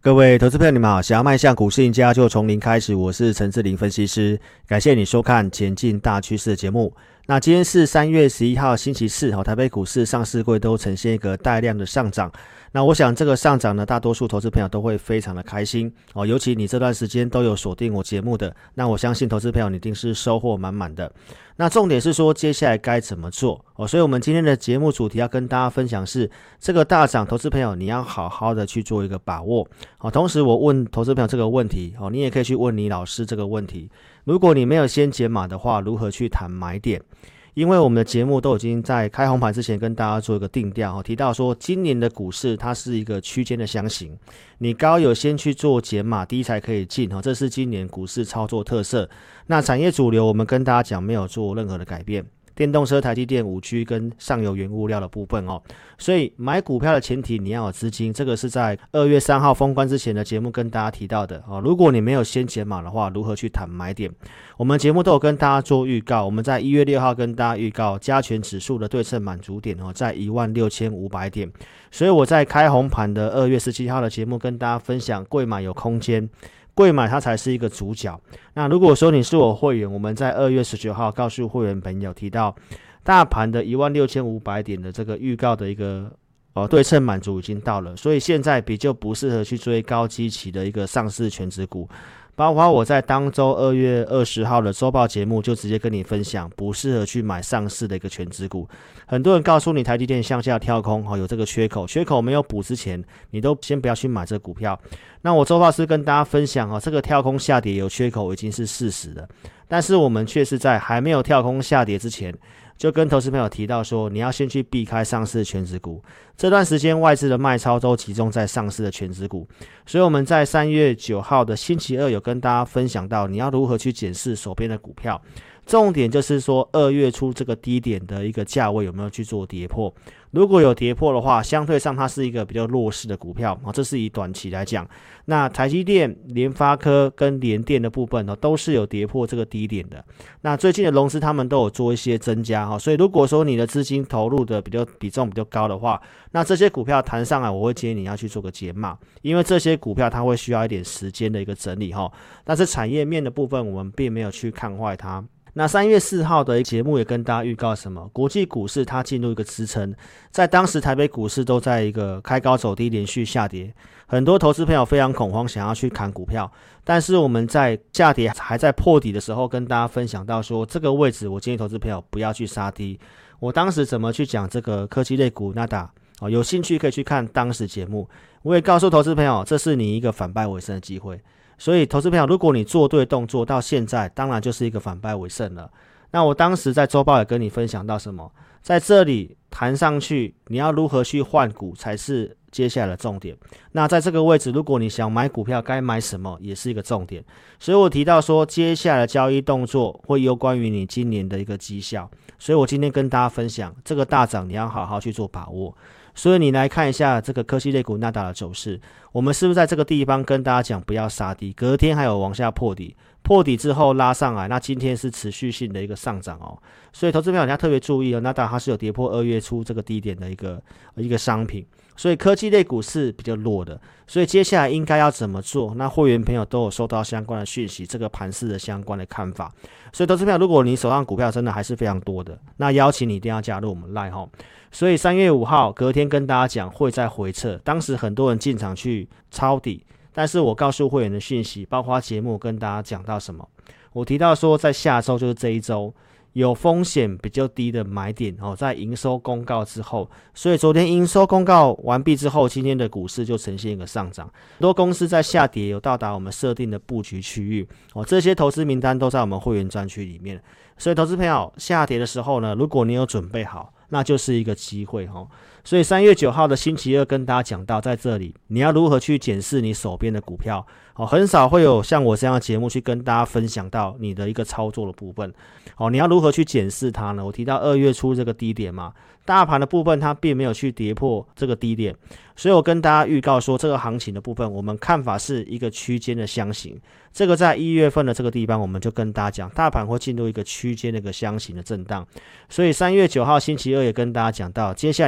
各位投资朋友你们好，想要迈向股市赢家就从零开始，我是陈志霖分析师，感谢你收看前进大趋势的节目。那今天是3月11号星期四，台北股市上市柜都呈现一个带量的上涨。那我想这个上涨呢，大多数投资朋友都会非常的开心尤其你这段时间都有锁定我节目的，那我相信投资朋友你一定是收获满满的。那重点是说接下来该怎么做所以我们今天的节目主题要跟大家分享是这个大涨，投资朋友你要好好的去做一个把握同时我问投资朋友这个问题你也可以去问你老师这个问题，如果你没有先解码的话，如何去谈买点？因为我们的节目都已经在开红盘之前跟大家做一个定调提到说今年的股市它是一个区间的箱型，你高有先去做解码，低才可以进这是今年股市操作特色。那产业主流我们跟大家讲没有做任何的改变，电动车、台积电、5G 跟上游原物料的部分所以买股票的前提你要有资金，这个是在2月3号封关之前的节目跟大家提到的如果你没有先解码的话，如何去谈买点？我们节目都有跟大家做预告，我们在1月6号跟大家预告加权指数的对称满足点在16500点，所以我在开红盘的2月17号的节目跟大家分享贵买有空间，贵买它才是一个主角。那如果说你是我会员，我们在2月19号告诉会员朋友提到大盘的16500点的这个预告的一个对称满足已经到了，所以现在比较不适合去追高基期的一个上市权值股，包括我在当周2月20号的周报节目就直接跟你分享不适合去买上市的一个权值股。很多人告诉你台积电向下跳空有这个缺口没有补之前，你都先不要去买这个股票。那我周报是跟大家分享这个跳空下跌有缺口已经是事实了，但是我们却是在还没有跳空下跌之前就跟投资朋友提到说，你要先去避开上市的权值股。这段时间外资的卖超都集中在上市的权值股，所以我们在3月9号的星期二有跟大家分享到你要如何去检视手边的股票，重点就是说2月初这个低点的一个价位有没有去做跌破，如果有跌破的话，相对上它是一个比较弱势的股票这是以短期来讲。那台积电、联发科跟联电的部分都是有跌破这个低点的。那最近的融资他们都有做一些增加所以如果说你的资金投入的比重比较高的话，那这些股票弹上来，我会建议你要去做个解码，因为这些股票它会需要一点时间的一个整理但是产业面的部分我们并没有去看坏它。那3月4号的节目也跟大家预告什么？国际股市它进入一个支撑，在当时台北股市都在一个开高走低连续下跌，很多投资朋友非常恐慌，想要去砍股票，但是我们在下跌还在破底的时候跟大家分享到说，这个位置我建议投资朋友不要去杀低。我当时怎么去讲这个科技类股纳达有兴趣可以去看当时节目，我也告诉投资朋友这是你一个反败为胜的机会。所以投资朋友，如果你做对动作到现在，当然就是一个反败为胜了。那我当时在周报也跟你分享到什么，在这里弹上去你要如何去换股才是接下来的重点。那在这个位置如果你想买股票该买什么也是一个重点，所以我提到说接下来的交易动作会有关于你今年的一个绩效，所以我今天跟大家分享这个大涨你要好好去做把握。所以你来看一下这个科技类股纳达的走势，我们是不是在这个地方跟大家讲不要杀低，隔天还有往下破底，破底之后拉上来，那今天是持续性的一个上涨所以投资朋友你要特别注意纳达它是有跌破2月初这个低点的一个商品，所以科技类股是比较弱的，所以接下来应该要怎么做？那会员朋友都有收到相关的讯息，这个盘势的相关的看法。所以投资朋友，如果你手上股票真的还是非常多的，那邀请你一定要加入我们 LINE 所以3月5号隔天跟大家讲会再回撤，当时很多人进场去抄底，但是我告诉会员的讯息，包括节目跟大家讲到什么，我提到说在下周就是这一周有风险比较低的买点在营收公告之后，所以昨天营收公告完毕之后，今天的股市就呈现一个上涨，很多公司在下跌有到达我们设定的布局区域这些投资名单都在我们会员专区里面，所以投资朋友下跌的时候呢，如果你有准备好，那就是一个机会所以3月9号的星期二跟大家讲到，在这里你要如何去检视你手边的股票很少会有像我这样的节目去跟大家分享到你的一个操作的部分你要如何去检视它呢？我提到2月初这个低点嘛，大盘的部分它并没有去跌破这个低点，所以我跟大家预告说这个行情的部分我们看法是一个区间的箱型，这个在1月份的这个地方我们就跟大家讲大盘会进入一个区间的一个箱型的震荡，所以3月9号星期二也跟大家讲到，接下来你要特别去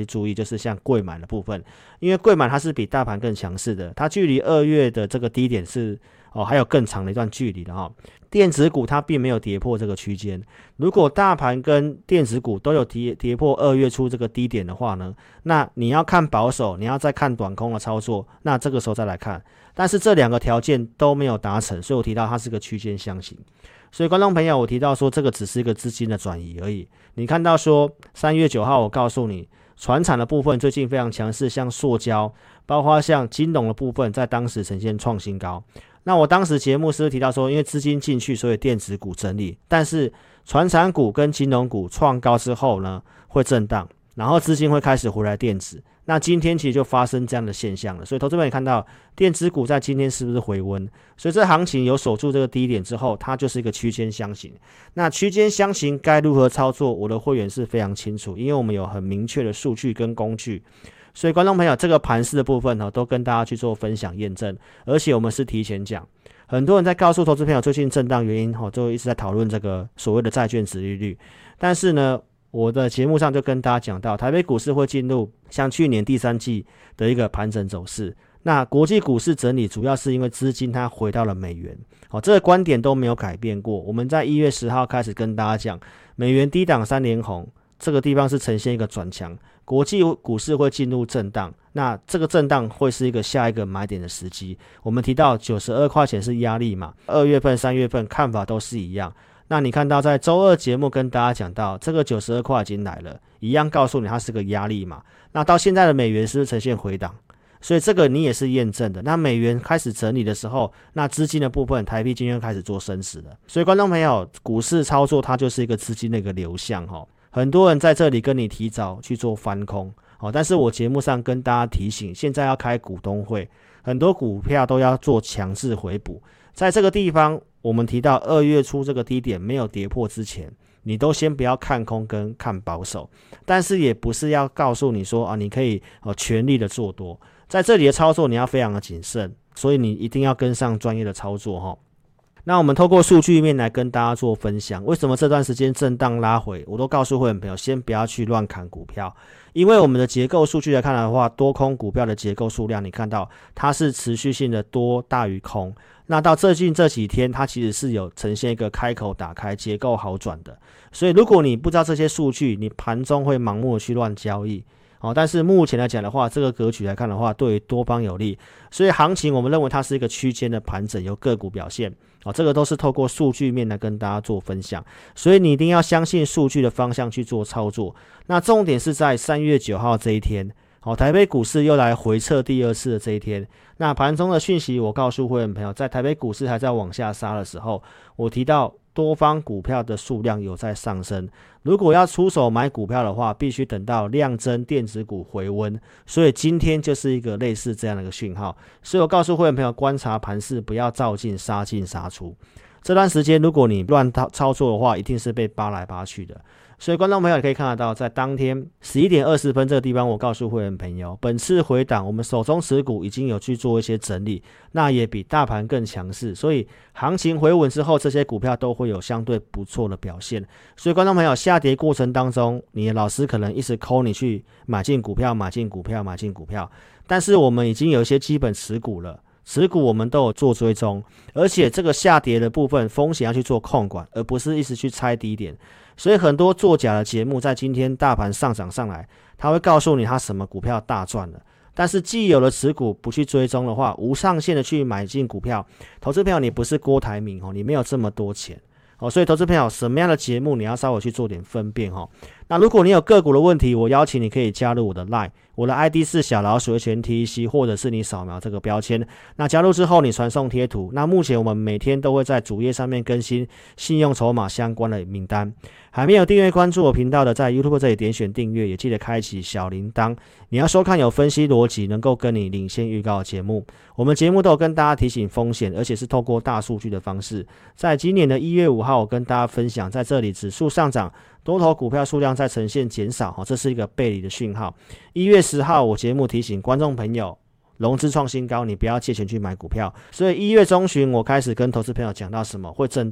去注意，就是像柜买的部分，因为柜买它是比大盘更强势的，它距离2月的这个低点是还有更长的一段距离的电子股它并没有跌破这个区间，如果大盘跟电子股都有跌破2月初这个低点的话呢，那你要看保守，你要再看短空的操作，那这个时候再来看，但是这2个条件都没有达成，所以我提到它是个区间箱型。所以观众朋友，我提到说这个只是一个资金的转移而已。你看到说3月9号我告诉你传产的部分最近非常强势，像塑胶包括像金融的部分在当时呈现创新高，那我当时节目是不是提到说因为资金进去所以电子股整理，但是传产股跟金融股创高之后呢会震荡，然后资金会开始回来电子，那今天其实就发生这样的现象了，所以投资朋友看到电子股在今天是不是回温，所以这行情有守住这个低点之后，它就是一个区间箱型。那区间箱型该如何操作，我的会员是非常清楚，因为我们有很明确的数据跟工具，所以观众朋友这个盘势的部分都跟大家去做分享验证，而且我们是提前讲，很多人在告诉投资朋友最近震荡原因就一直在讨论这个所谓的债券殖利率，但是呢我的节目上就跟大家讲到，台北股市会进入像去年第3季的一个盘整走势，那国际股市整理主要是因为资金它回到了美元，这个观点都没有改变过。我们在1月10号开始跟大家讲，美元低档3连红，这个地方是呈现一个转强，国际股市会进入震荡，那这个震荡会是一个下一个买点的时机。我们提到92块钱是压力嘛，2月份3月份看法都是一样。那你看到在周二节目跟大家讲到这个92块已经来了，一样告诉你它是个压力嘛，那到现在的美元是不是呈现回档，所以这个你也是验证的。那美元开始整理的时候，那资金的部分台币今天开始做升值了，所以观众朋友股市操作它就是一个资金的一个流向很多人在这里跟你提早去做翻空但是我节目上跟大家提醒，现在要开股东会，很多股票都要做强制回补，在这个地方我们提到2月初这个低点没有跌破之前，你都先不要看空跟看保守，但是也不是要告诉你说你可以全力的做多，在这里的操作你要非常的谨慎，所以你一定要跟上专业的操作那我们透过数据面来跟大家做分享，为什么这段时间震荡拉回，我都告诉会员朋友先不要去乱砍股票，因为我们的结构数据来看的话，多空股票的结构数量你看到它是持续性的多大于空，那到最近这几天它其实是有呈现一个开口打开结构好转的，所以如果你不知道这些数据，你盘中会盲目的去乱交易但是目前来讲的话，这个格局来看的话，对于多方有利，所以行情我们认为它是一个区间的盘整，由个股表现这个都是透过数据面来跟大家做分享，所以你一定要相信数据的方向去做操作。那重点是在3月9号这一天台北股市又来回测第2次的这一天，那盘中的讯息我告诉会员朋友，在台北股市还在往下杀的时候，我提到多方股票的数量有在上升，如果要出手买股票的话，必须等到量增电子股回温，所以今天就是一个类似这样的一个讯号，所以我告诉会员朋友，观察盘势不要照进杀出，这段时间如果你乱操作的话，一定是被扒来扒去的。所以观众朋友也可以看得到，在当天11点20分这个地方，我告诉会员朋友，本次回档我们手中持股已经有去做一些整理，那也比大盘更强势，所以行情回稳之后，这些股票都会有相对不错的表现。所以观众朋友，下跌过程当中，你的老师可能一直call你去买进股票，但是我们已经有一些基本持股了，持股我们都有做追踪，而且这个下跌的部分风险要去做控管，而不是一直去猜低点。所以很多作假的节目在今天大盘上涨上来，他会告诉你他什么股票大赚了，但是既有的持股不去追踪的话，无上限的去买进股票，投资朋友你不是郭台铭你没有这么多钱所以投资朋友什么样的节目你要稍微去做点分辨那如果你有个股的问题，我邀请你可以加入我的 LINE， 我的 ID 是小老鼠HNTEC， 或者是你扫描这个标签，那加入之后你传送贴图，那目前我们每天都会在主页上面更新信用筹码相关的名单，还没有订阅关注我频道的，在 YouTube 这里点选订阅，也记得开启小铃铛，你要收看有分析逻辑能够跟你领先预告的节目。我们节目都有跟大家提醒风险，而且是透过大数据的方式。在今年的1月5号我跟大家分享，在这里指数上涨，多头股票数量在呈现减少这是一个背离的讯号。1月10号我节目提醒观众朋友，融资创新高，你不要借钱去买股票。所以1月中旬我开始跟投资朋友讲到什么会震荡，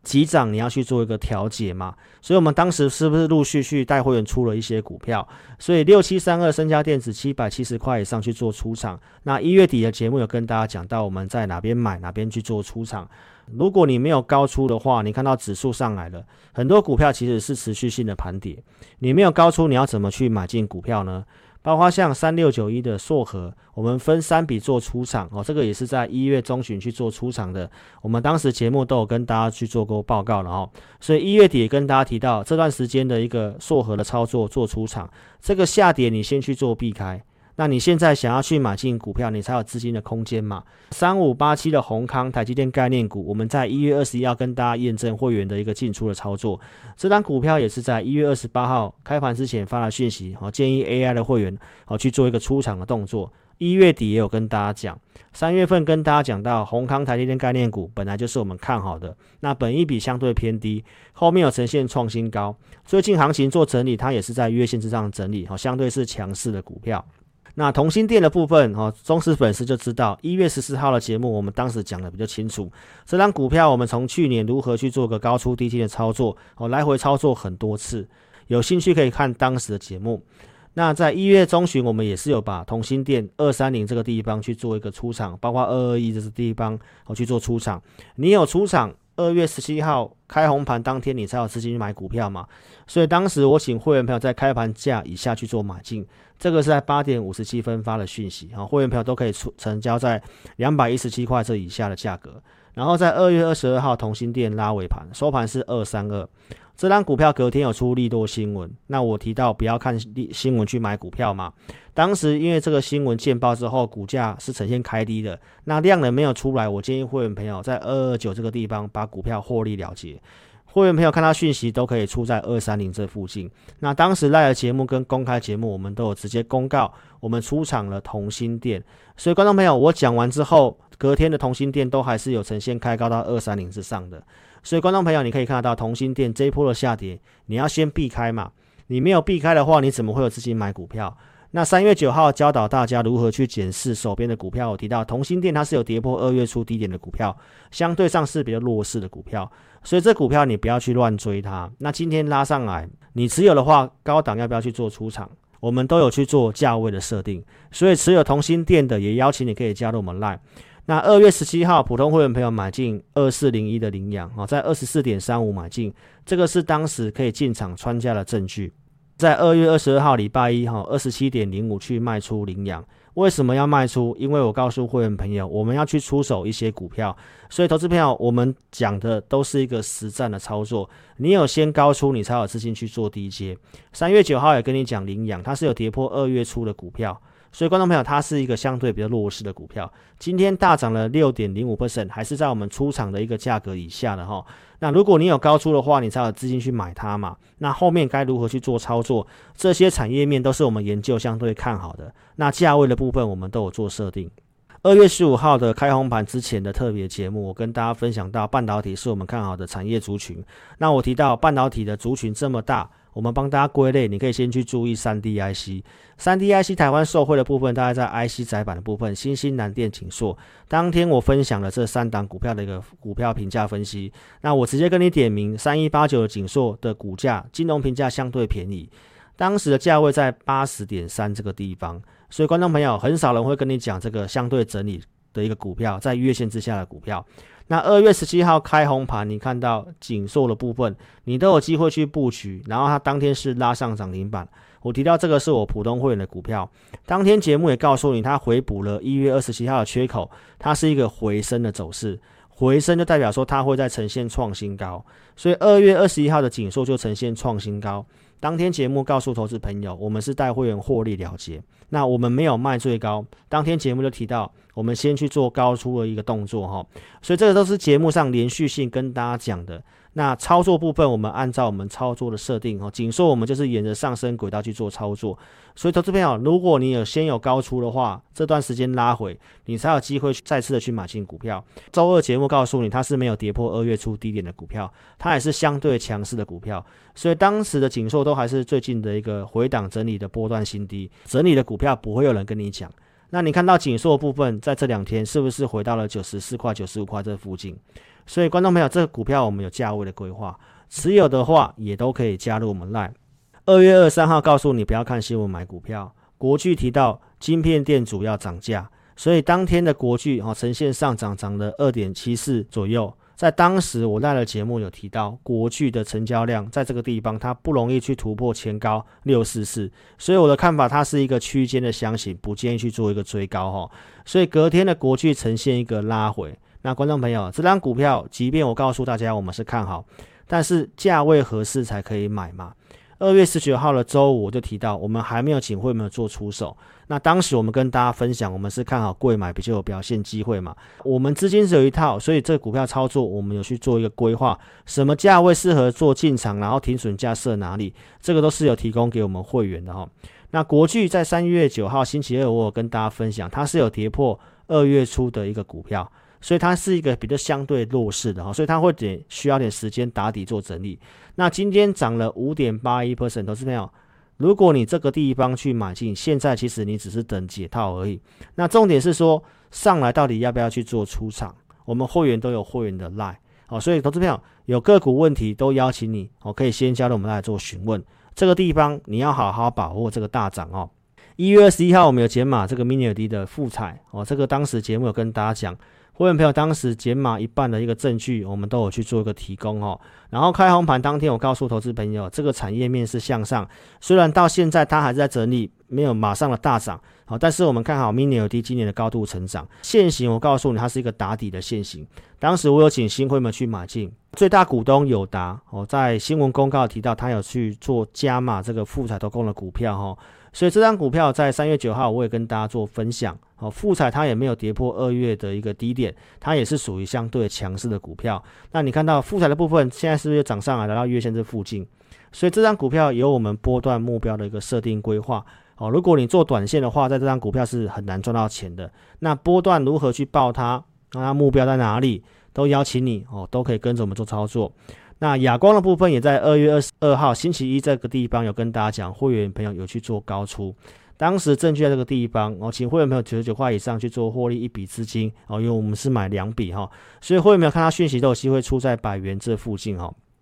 急涨你要去做一个调节嘛，所以我们当时是不是陆续去带会员出了一些股票？所以6732身家电子770块以上去做出场。那1月底的节目有跟大家讲到我们在哪边买哪边去做出场。如果你没有高出的话，你看到指数上来了，很多股票其实是持续性的盘跌，你没有高出，你要怎么去买进股票呢？包括像3691的硕和，我们分3笔做出场这个也是在1月中旬去做出场的，我们当时节目都有跟大家去做过报告了所以1月底也跟大家提到这段时间的一个硕和的操作做出场，这个下跌你先去做避开，那你现在想要去买进股票，你才有资金的空间嘛。3587的宏康台积电概念股，我们在1月21号跟大家验证会员的一个进出的操作，这张股票也是在1月28号开盘之前发了讯息建议 AI 的会员去做一个出场的动作。1月底也有跟大家讲，3月份跟大家讲到宏康台积电概念股本来就是我们看好的，那本益比相对偏低，后面有呈现创新高，最近行情做整理，它也是在月线之上整理相对是强势的股票。那同心店的部分忠实粉丝就知道1月14号的节目我们当时讲的比较清楚，这张股票我们从去年如何去做个高出低进的操作来回操作很多次，有兴趣可以看当时的节目。那在1月中旬我们也是有把同心店230这个地方去做一个出场，包括221这个地方去做出场，你有出场2月17号开红盘当天你才有资金买股票嘛，所以当时我请会员朋友在开盘价以下去做买进，这个是在8点57分发的讯息会员朋友都可以成交在217块这以下的价格。然后在2月22号同心店拉尾盘，收盘是232，这张股票隔天有出利多新闻，那我提到不要看新闻去买股票嘛，当时因为这个新闻见报之后股价是呈现开低的，那量能没有出来，我建议会员朋友在229这个地方把股票获利了结，会员朋友看到讯息都可以出在230这附近。那当时赖的节目跟公开节目我们都有直接公告我们出场了同心店，所以观众朋友我讲完之后隔天的同心店都还是有呈现开高到230之上的，所以观众朋友你可以看得到同心店这一波的下跌你要先避开嘛，你没有避开的话你怎么会有资金买股票？那3月9号教导大家如何去检视手边的股票，我提到同心店它是有跌破2月初低点的股票，相对上是比较弱势的股票，所以这股票你不要去乱追它。那今天拉上来你持有的话，高档要不要去做出场，我们都有去做价位的设定，所以持有同心店的也邀请你可以加入我们 LINE。 那2月17号普通会员朋友买进2401的羚羊在 24.35 买进，这个是当时可以进场穿价的证据。在2月22号礼拜一 27.05 去卖出羚羊，为什么要卖出？因为我告诉会员朋友我们要去出手一些股票，所以投资朋友我们讲的都是一个实战的操作，你有先高出你才有资金去做低接。3月9号也跟你讲羚羊它是有跌破2月初的股票，所以观众朋友它是一个相对比较弱势的股票，今天大涨了 6.05%， 还是在我们出场的一个价格以下的那如果你有高出的话，你才有资金去买它嘛。那后面该如何去做操作，这些产业面都是我们研究相对看好的，那价位的部分我们都有做设定。2月15号的开红盘之前的特别节目，我跟大家分享到半导体是我们看好的产业族群，那我提到半导体的族群这么大，我们帮大家归类，你可以先去注意 3D IC。3D IC 台湾受惠的部分大概在 IC 载板的部分，新兴、南电、景硕。当天我分享了这3档股票的一个股票评价分析，那我直接跟你点名3189的景硕的股价金融评价相对便宜，当时的价位在 80.3 这个地方，所以观众朋友很少人会跟你讲这个相对整理的一个股票，在月线之下的股票。那2月17号开红盘，你看到景硕的部分你都有机会去布局，然后它当天是拉上涨停板，我提到这个是我普通会员的股票，当天节目也告诉你它回补了1月27号的缺口，它是一个回升的走势，回升就代表说它会再呈现创新高，所以2月21号的景硕就呈现创新高。当天节目告诉投资朋友我们是带会员获利了结，那我们没有卖最高，当天节目就提到我们先去做高出的一个动作所以这个都是节目上连续性跟大家讲的。那操作部分我们按照我们操作的设定景硕我们就是沿着上升轨道去做操作，所以投资朋友如果你先有高出的话，这段时间拉回你才有机会再次的去买进股票。周二节目告诉你它是没有跌破2月初低点的股票，它也是相对强势的股票，所以当时的景硕都还是最近的一个回档整理的波段新低，整理的股票不会有人跟你讲。 那你看到紧缩的部分，在这2天是不是回到了94块、95块这附近？所以观众朋友，这个股票我们有价位的规划，持有的话也都可以加入我们 LINE。2月23号告诉你不要看新闻买股票，国巨提到晶片店主要涨价，所以当天的国巨呈现上涨，涨了 2.74 左右。在当时我LINE的节目有提到，国巨的成交量在这个地方它不容易去突破前高644，所以我的看法它是一个区间的箱型，不建议去做一个追高所以隔天的国巨呈现一个拉回。那观众朋友，这张股票即便我告诉大家我们是看好，但是价位合适才可以买嘛。2月19号的周五我就提到，我们还没有请会没有做出手。那当时我们跟大家分享，我们是看好贵买比较有表现机会嘛。我们资金只有一套，所以这个股票操作我们有去做一个规划，什么价位适合做进场，然后停损价设哪里，这个都是有提供给我们会员的那国巨在3月9号星期二我有跟大家分享，它是有跌破2月初的一个股票，所以它是一个比较相对弱势的所以它会需要点时间打底做整理。那今天涨了 5.81%， 投资朋友，如果你这个地方去买进，现在其实你只是等解套而已。那重点是说上来到底要不要去做出场，我们会员都有会员的 LINE所以投资朋友有个股问题都邀请你可以先加入我们来做询问，这个地方你要好好把握这个大涨1月21号我们有减码这个 mini LED 的富彩这个当时节目有跟大家讲，会员朋友当时减码一半的一个证据我们都有去做一个提供然后开红盘当天我告诉投资朋友，这个产业面是向上，虽然到现在它还是在整理，没有马上的大涨但是我们看好 mini LED 今年的高度成长，现行我告诉你它是一个打底的现行。当时我有请新会们去买进，最大股东友达在新闻公告提到他有去做加码这个富彩投控的股票所以这张股票在3月9号我也跟大家做分享富彩它也没有跌破2月的一个低点，它也是属于相对强势的股票。那你看到富彩的部分现在是不是涨上来到月线这附近，所以这张股票有我们波段目标的一个设定规划如果你做短线的话，在这张股票是很难赚到钱的。那波段如何去报它，那它目标在哪里，都邀请你都可以跟着我们做操作。那亚光的部分也在2月22号星期一这个地方有跟大家讲，会员朋友有去做高出，当时证据在这个地方请会员朋友99块以上去做获利一笔资金因为我们是买2笔所以会员朋友看他讯息都有机会出在100元这附近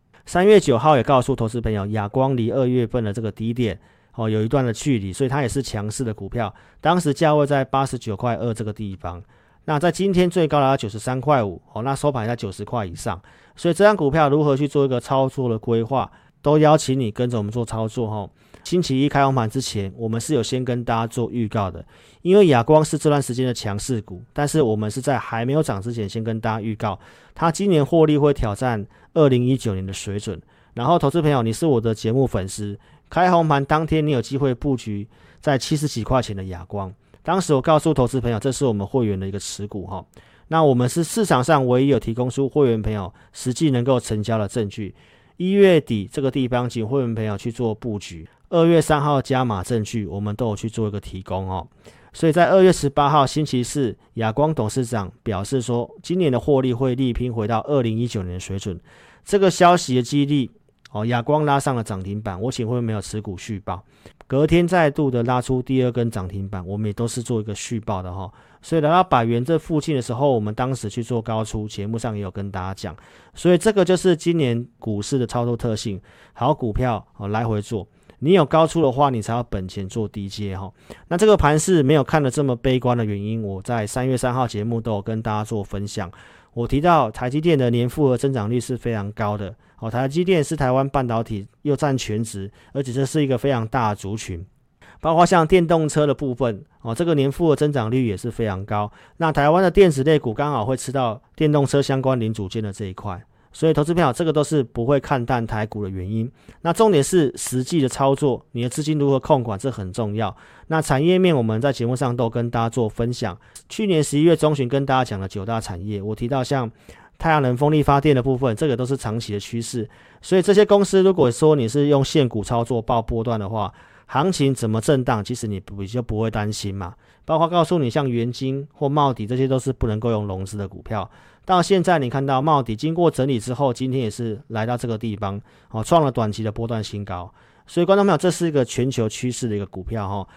3月9号也告诉投资朋友，亚光离2月份的这个低点有一段的距离，所以它也是强势的股票，当时价位在89块2这个地方。那在今天最高来到93块5那收盘在90块以上。所以这张股票如何去做一个操作的规划，都邀请你跟着我们做操作星期一开红盘之前，我们是有先跟大家做预告的，因为亚光是这段时间的强势股，但是我们是在还没有涨之前先跟大家预告，它今年获利会挑战2019年的水准。然后投资朋友，你是我的节目粉丝，开红盘当天你有机会布局在70几块钱的亚光，当时我告诉投资朋友，这是我们会员的一个持股那我们是市场上唯一有提供出会员朋友实际能够成交的证据。1月底这个地方请会员朋友去做布局，2月3号加码证据我们都有去做一个提供所以在2月18号星期四，亚光董事长表示说，今年的获利会力拼回到2019年的水准。这个消息的激励亚光拉上了涨停板，我请会员朋友持股续报，隔天再度的拉出第2根涨停板，我们也都是做一个续报的所以来到100元这附近的时候，我们当时去做高出，节目上也有跟大家讲。所以这个就是今年股市的操作特性，好股票来回做，你有高出的话，你才有本钱做低接那这个盘势没有看得这么悲观的原因，我在3月3号节目都有跟大家做分享。我提到台积电的年复合增长率是非常高的台积电是台湾半导体又占全值，而且这是一个非常大的族群，包括像电动车的部分这个年复合增长率也是非常高。那台湾的电子类股刚好会吃到电动车相关零组件的这一块，所以投资朋友这个都是不会看淡台股的原因。那重点是实际的操作，你的资金如何控管，这很重要。那产业面我们在节目上都跟大家做分享，去年11月中旬跟大家讲的9大产业，我提到像太阳能风力发电的部分，这个都是长期的趋势。所以这些公司如果说你是用现股操作报波段的话，行情怎么震荡，其实你比较不会担心嘛。包括告诉你像元晶或茂迪，这些都是不能够用融资的股票。到现在你看到茂迪经过整理之后，今天也是来到这个地方创了短期的波段新高。所以观众朋友，这是一个全球趋势的一个股票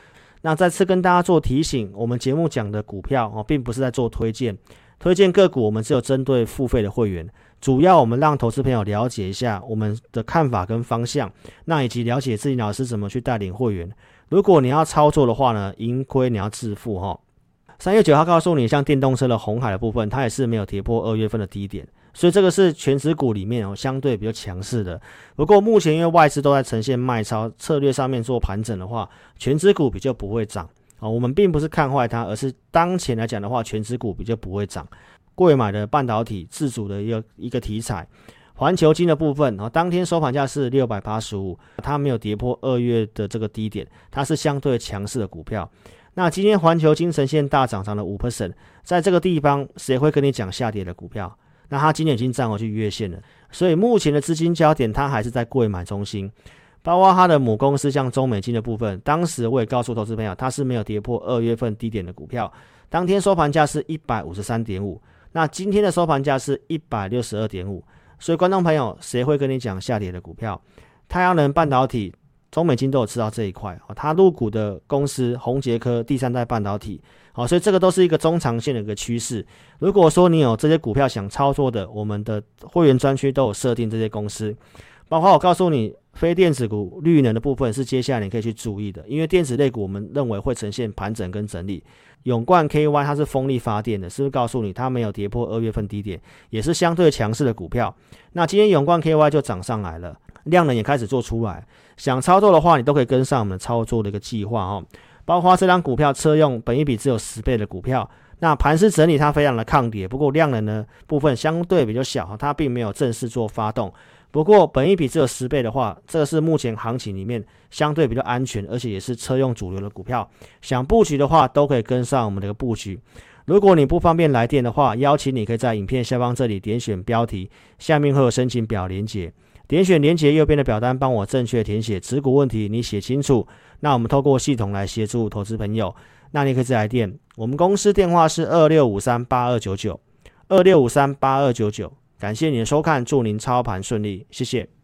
那再次跟大家做提醒，我们节目讲的股票并不是在做推荐个股，我们只有针对付费的会员，主要我们让投资朋友了解一下我们的看法跟方向，那以及了解自己老师怎么去带领会员。如果你要操作的话呢，盈亏你要自负3月9号告诉你，像电动车的鸿海的部分，它也是没有跌破2月份的低点，所以这个是全指股里面相对比较强势的。不过目前因为外资都在呈现卖超，策略上面做盘整的话，全指股比较不会涨我们并不是看坏它，而是当前来讲的话，全指股比较不会涨。贵买的半导体自主的一个题材，环球金的部分当天收盘价是685，它没有跌破2月的这个低点，它是相对强势的股票。那今天环球金呈现大涨了 5%， 在这个地方谁会跟你讲下跌的股票？那它今天已经站回去月线了，所以目前的资金焦点它还是在贵买中心，包括它的母公司像中美金的部分，当时我也告诉投资朋友，它是没有跌破2月份低点的股票，当天收盘价是 153.5， 那今天的收盘价是 162.5， 所以观众朋友谁会跟你讲下跌的股票？太阳能半导体中美金都有吃到这一块它入股的公司宏捷科第三代半导体所以这个都是一个中长线的一个趋势。如果说你有这些股票想操作的，我们的会员专区都有设定这些公司，包括我告诉你非电子股绿能的部分是接下来你可以去注意的，因为电子类股我们认为会呈现盘整跟整理。永冠 KY 它是风力发电的，是不是告诉你它没有跌破2月份低点，也是相对强势的股票。那今天永冠 KY 就涨上来了，量能也开始做出来，想操作的话你都可以跟上我们操作的一个计划包括这张股票车用本益比只有10倍的股票，那盘势整理它非常的抗跌，不过量能的部分相对比较小它并没有正式做发动。不过本益比只有10倍的话，这个是目前行情里面相对比较安全，而且也是车用主流的股票，想布局的话都可以跟上我们的一个布局。如果你不方便来电的话，邀请你可以在影片下方这里点选标题，下面会有申请表连结，点选连结右边的表单，帮我正确填写持股问题，你写清楚，那我们透过系统来协助投资朋友。那你可以再来电，我们公司电话是26538299 26538299。感谢您的收看，祝您操盘顺利，谢谢。